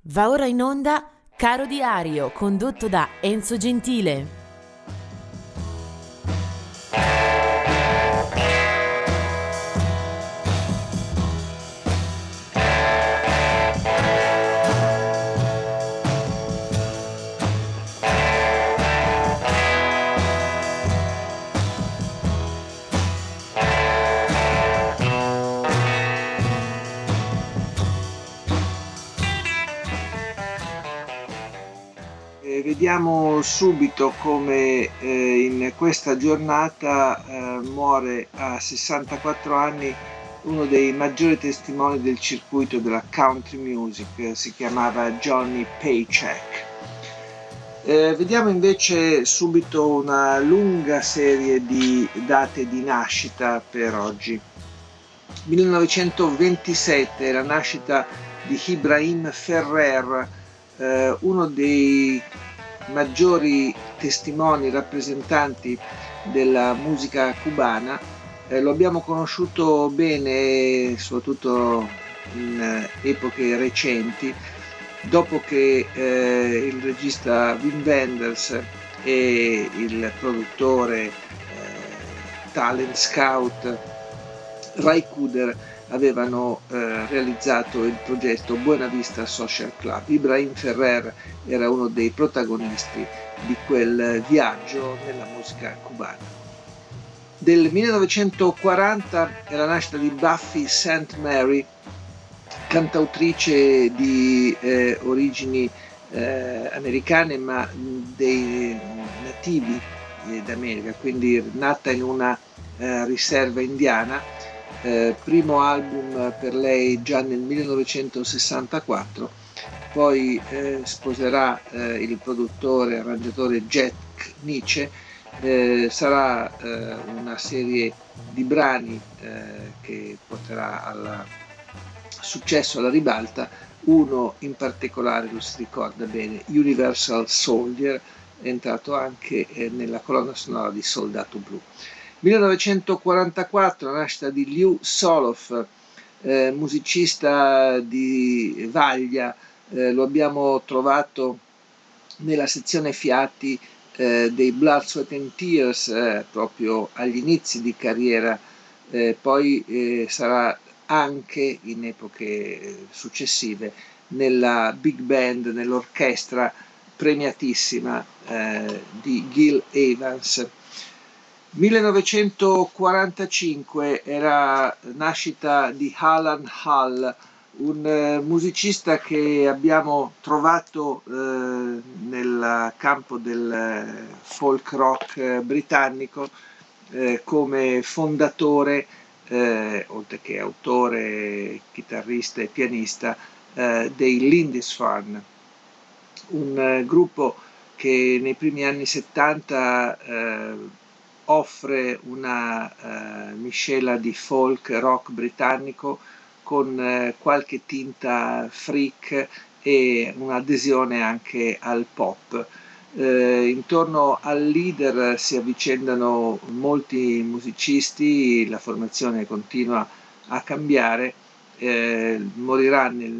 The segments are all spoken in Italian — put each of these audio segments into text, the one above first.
Va ora in onda Caro Diario, condotto da Enzo Gentile. Vediamo subito come in questa giornata muore a 64 anni uno dei maggiori testimoni del circuito della country music, si chiamava Johnny Paycheck. Vediamo invece subito una lunga serie di date di nascita per oggi. 1927 è la nascita di Ibrahim Ferrer, uno dei maggiori testimoni, rappresentanti della musica cubana. Lo abbiamo conosciuto bene, soprattutto in epoche recenti, dopo che il regista Wim Wenders e il produttore talent scout Ray Cooder avevano realizzato il progetto Buena Vista Social Club. Ibrahim Ferrer era uno dei protagonisti di quel viaggio nella musica cubana. Del 1940 è la nascita di Buffy St. Mary, cantautrice di origini americane ma dei nativi d'America, quindi nata in una riserva indiana. Primo album per lei già nel 1964, poi sposerà il produttore e arrangiatore Jack Nitzsche. Sarà una serie di brani che porterà al successo alla ribalta. Uno in particolare lo si ricorda bene, Universal Soldier, è entrato anche nella colonna sonora di Soldato Blu. 1944 la nascita di Liu Soloff, musicista di vaglia. Lo abbiamo trovato nella sezione fiati dei Blood, Sweat and Tears, proprio agli inizi di carriera. Poi sarà anche in epoche successive nella big band, nell'orchestra premiatissima di Gil Evans. 1945 era nascita di Alan Hall, un musicista che abbiamo trovato nel campo del folk rock britannico come fondatore, oltre che autore, chitarrista e pianista, dei Lindisfarne, un gruppo che nei primi anni 70 offre una miscela di folk rock britannico con qualche tinta freak e un'adesione anche al pop. Intorno al leader si avvicendano molti musicisti, la formazione continua a cambiare. Morirà nel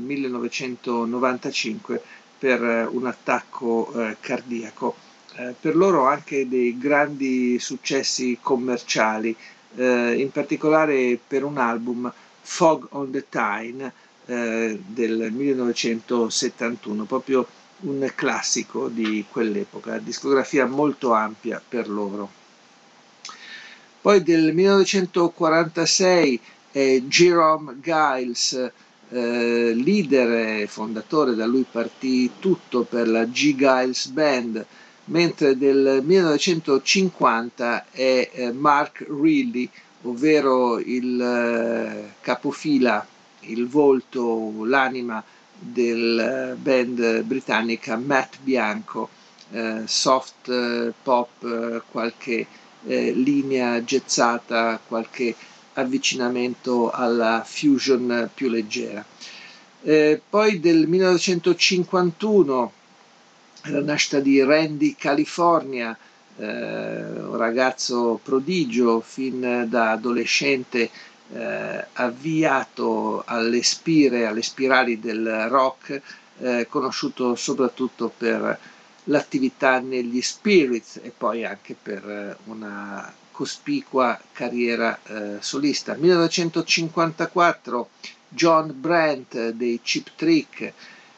1995 per un attacco cardiaco. Per loro anche dei grandi successi commerciali, in particolare per un album, Fog on the Tyne, del 1971, proprio un classico di quell'epoca, discografia molto ampia per loro. Poi del 1946 Jerome Giles, leader e fondatore, da lui partì tutto per la G. Giles Band, mentre del 1950 è Mark Reilly, ovvero il capofila, il volto, l'anima del band britannica Matt Bianco, soft pop, qualche linea jazzata, qualche avvicinamento alla fusion più leggera. Poi del 1951 la nascita di Randy California, un ragazzo prodigio fin da adolescente, avviato alle spirali del rock, conosciuto soprattutto per l'attività negli Spirits e poi anche per una cospicua carriera solista. 1954 John Brandt dei Cheap Trick,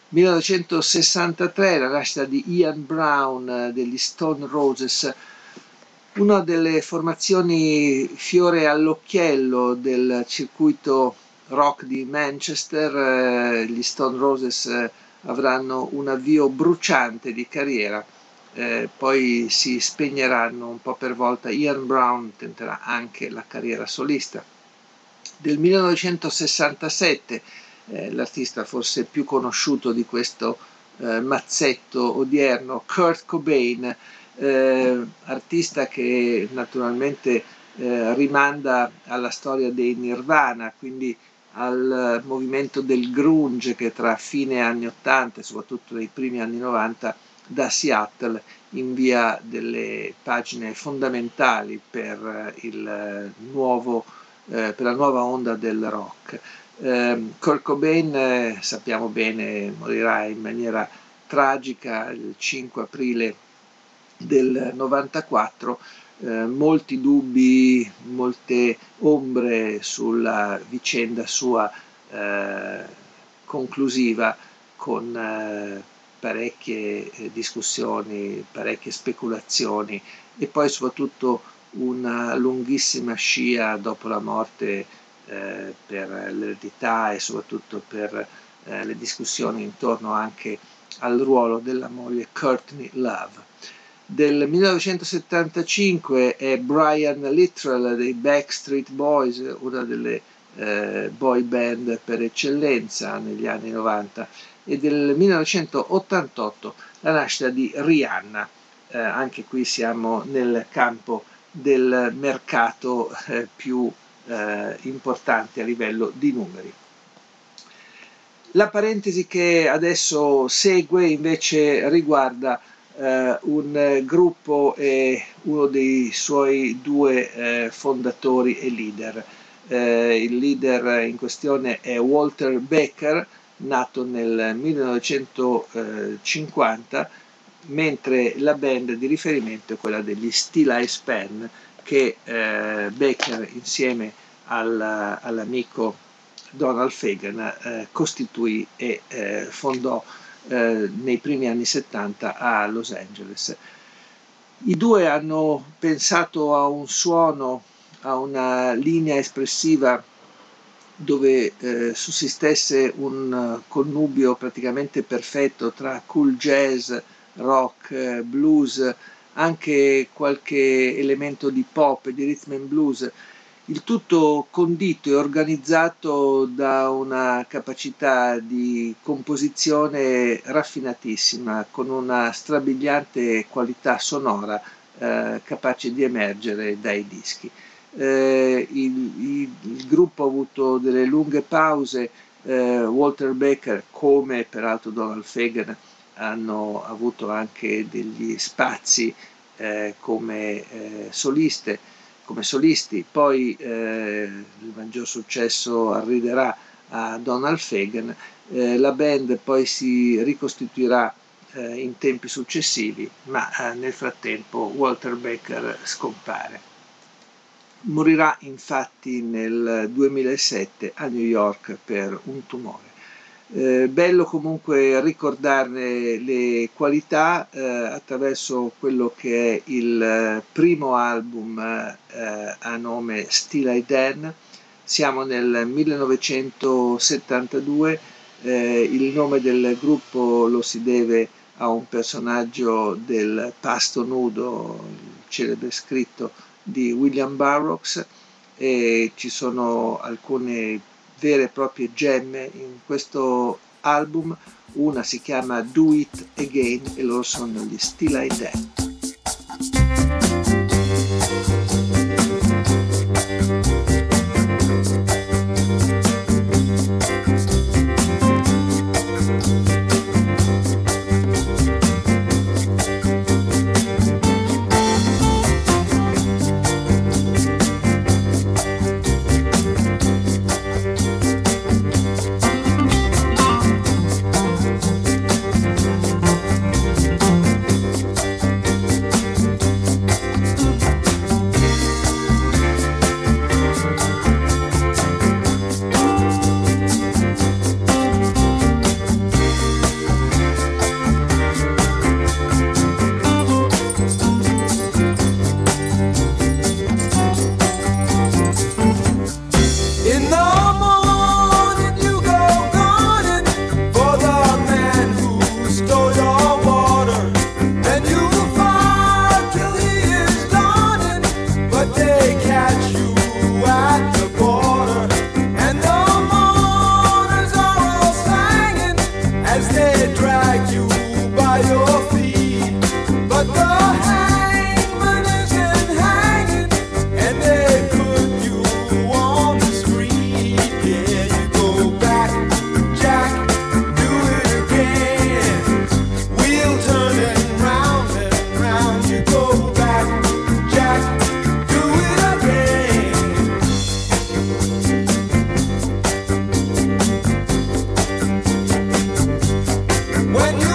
1963 la nascita di Ian Brown degli Stone Roses, una delle formazioni fiore all'occhiello del circuito rock di Manchester. Gli Stone Roses avranno un avvio bruciante di carriera, poi si spegneranno un po' per volta. Ian Brown tenterà anche la carriera solista. Del 1967 l'artista forse più conosciuto di questo mazzetto odierno, Kurt Cobain, artista che naturalmente rimanda alla storia dei Nirvana, quindi al movimento del grunge che tra fine anni 80 e soprattutto nei primi anni 90 da Seattle invia delle pagine fondamentali per per la nuova onda del rock. Kurt Cobain, sappiamo bene, morirà in maniera tragica il 5 aprile del 94. Molti dubbi, molte ombre sulla vicenda sua conclusiva, con parecchie discussioni, parecchie speculazioni e poi soprattutto una lunghissima scia dopo la morte per l'eredità e soprattutto per le discussioni intorno anche al ruolo della moglie Courtney Love. Del 1975 è Brian Littrell dei Backstreet Boys, una delle boy band per eccellenza negli anni 90, e del 1988 la nascita di Rihanna. Anche qui siamo nel campo del mercato più importante a livello di numeri. La parentesi che adesso segue invece riguarda un gruppo e uno dei suoi due fondatori e leader. Il leader in questione è Walter Becker, nato nel 1950, mentre la band di riferimento è quella degli Steel Eyes Pen, che Becker insieme all'amico Donald Fagen costituì e fondò nei primi anni 70 a Los Angeles. I due hanno pensato a un suono, a una linea espressiva dove sussistesse un connubio praticamente perfetto tra cool jazz, rock, blues, anche qualche elemento di pop e di rhythm and blues, il tutto condito e organizzato da una capacità di composizione raffinatissima, con una strabiliante qualità sonora capace di emergere dai dischi. Il gruppo ha avuto delle lunghe pause. Walter Becker, come peraltro Donald Fagen, hanno avuto anche degli spazi come solisti, poi il maggior successo arriverà a Donald Fagen. La band poi si ricostituirà in tempi successivi, ma nel frattempo Walter Becker scompare. Morirà infatti nel 2007 a New York per un tumore. Bello comunque ricordarne le qualità attraverso quello che è il primo album a nome Still I Dan. Siamo nel 1972, il nome del gruppo lo si deve a un personaggio del Pasto Nudo, il celebre scritto di William Burroughs, e ci sono alcune vere e proprie gemme in questo album. Una si chiama Do It Again e loro sono gli Still I Dan. drag you by your feet, but the hangman isn't hanging, and they put you on the street. Yeah, you go back, Jack, do it again. Wheel turning round and round. You go back, Jack, do it again. When you